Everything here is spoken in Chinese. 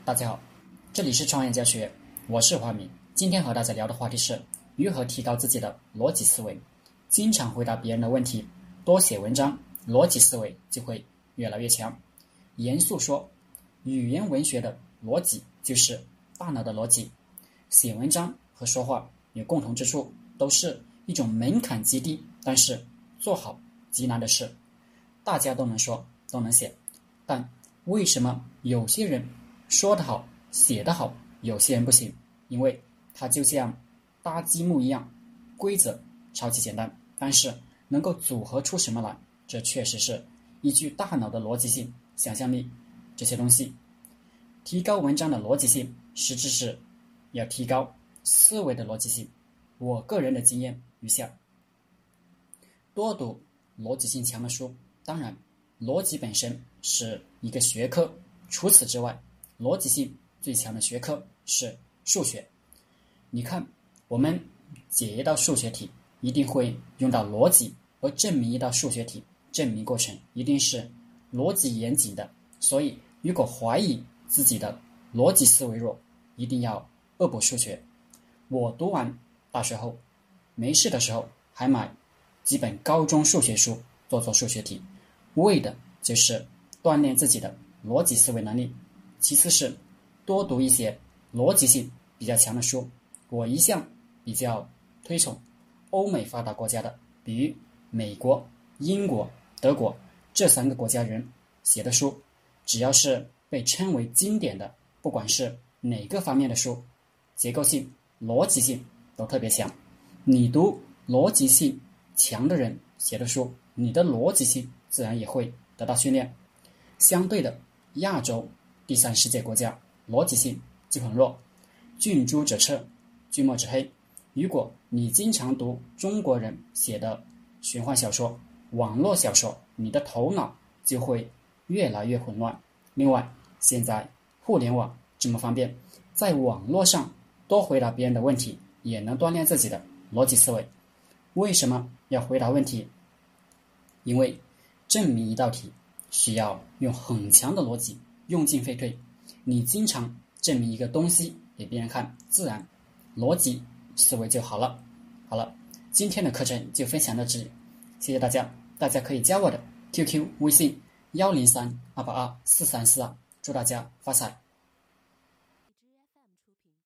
大家好，这里是创业教学，我是华明。今天和大家聊的话题是如何提高自己的逻辑思维。经常回答别人的问题，多写文章，逻辑思维就会越来越强。严肃说，语言文学的逻辑就是大脑的逻辑。写文章和说话有共同之处，都是一种门槛极低，但是做好极难的事。大家都能说，都能写，但为什么有些人说得好，写得好，有些人不行？因为它就像搭积木一样，规则超级简单，但是能够组合出什么来，这确实是依据大脑的逻辑性、想象力这些东西。提高文章的逻辑性，实质是要提高思维的逻辑性。我个人的经验如下：多读逻辑性强的书。当然，逻辑本身是一个学科，除此之外，逻辑性最强的学科是数学。你看，我们解一道数学题，一定会用到逻辑，而证明一道数学题，证明过程一定是逻辑严谨的。所以，如果怀疑自己的逻辑思维弱，一定要恶补数学。我读完大学后，没事的时候还买几本高中数学书做数学题，为的就是锻炼自己的逻辑思维能力。其次是多读一些逻辑性比较强的书。我一向比较推崇欧美发达国家的，比如美国、英国、德国这3个国家人写的书，只要是被称为经典的，不管是哪个方面的书，结构性、逻辑性都特别强。你读逻辑性强的人写的书，你的逻辑性自然也会得到训练。相对的，亚洲第三世界国家逻辑性就很弱，近朱者赤，近墨者黑。如果你经常读中国人写的玄幻小说、网络小说，你的头脑就会越来越混乱。另外，现在互联网这么方便，在网络上多回答别人的问题，也能锻炼自己的逻辑思维。为什么要回答问题？因为证明一道题需要用很强的逻辑，用进废退。你经常证明一个东西给别人看，自然逻辑思维就好了。好了，今天的课程就分享到这里，谢谢大家。大家可以加我的 QQ 微信103-282-4342，祝大家发财。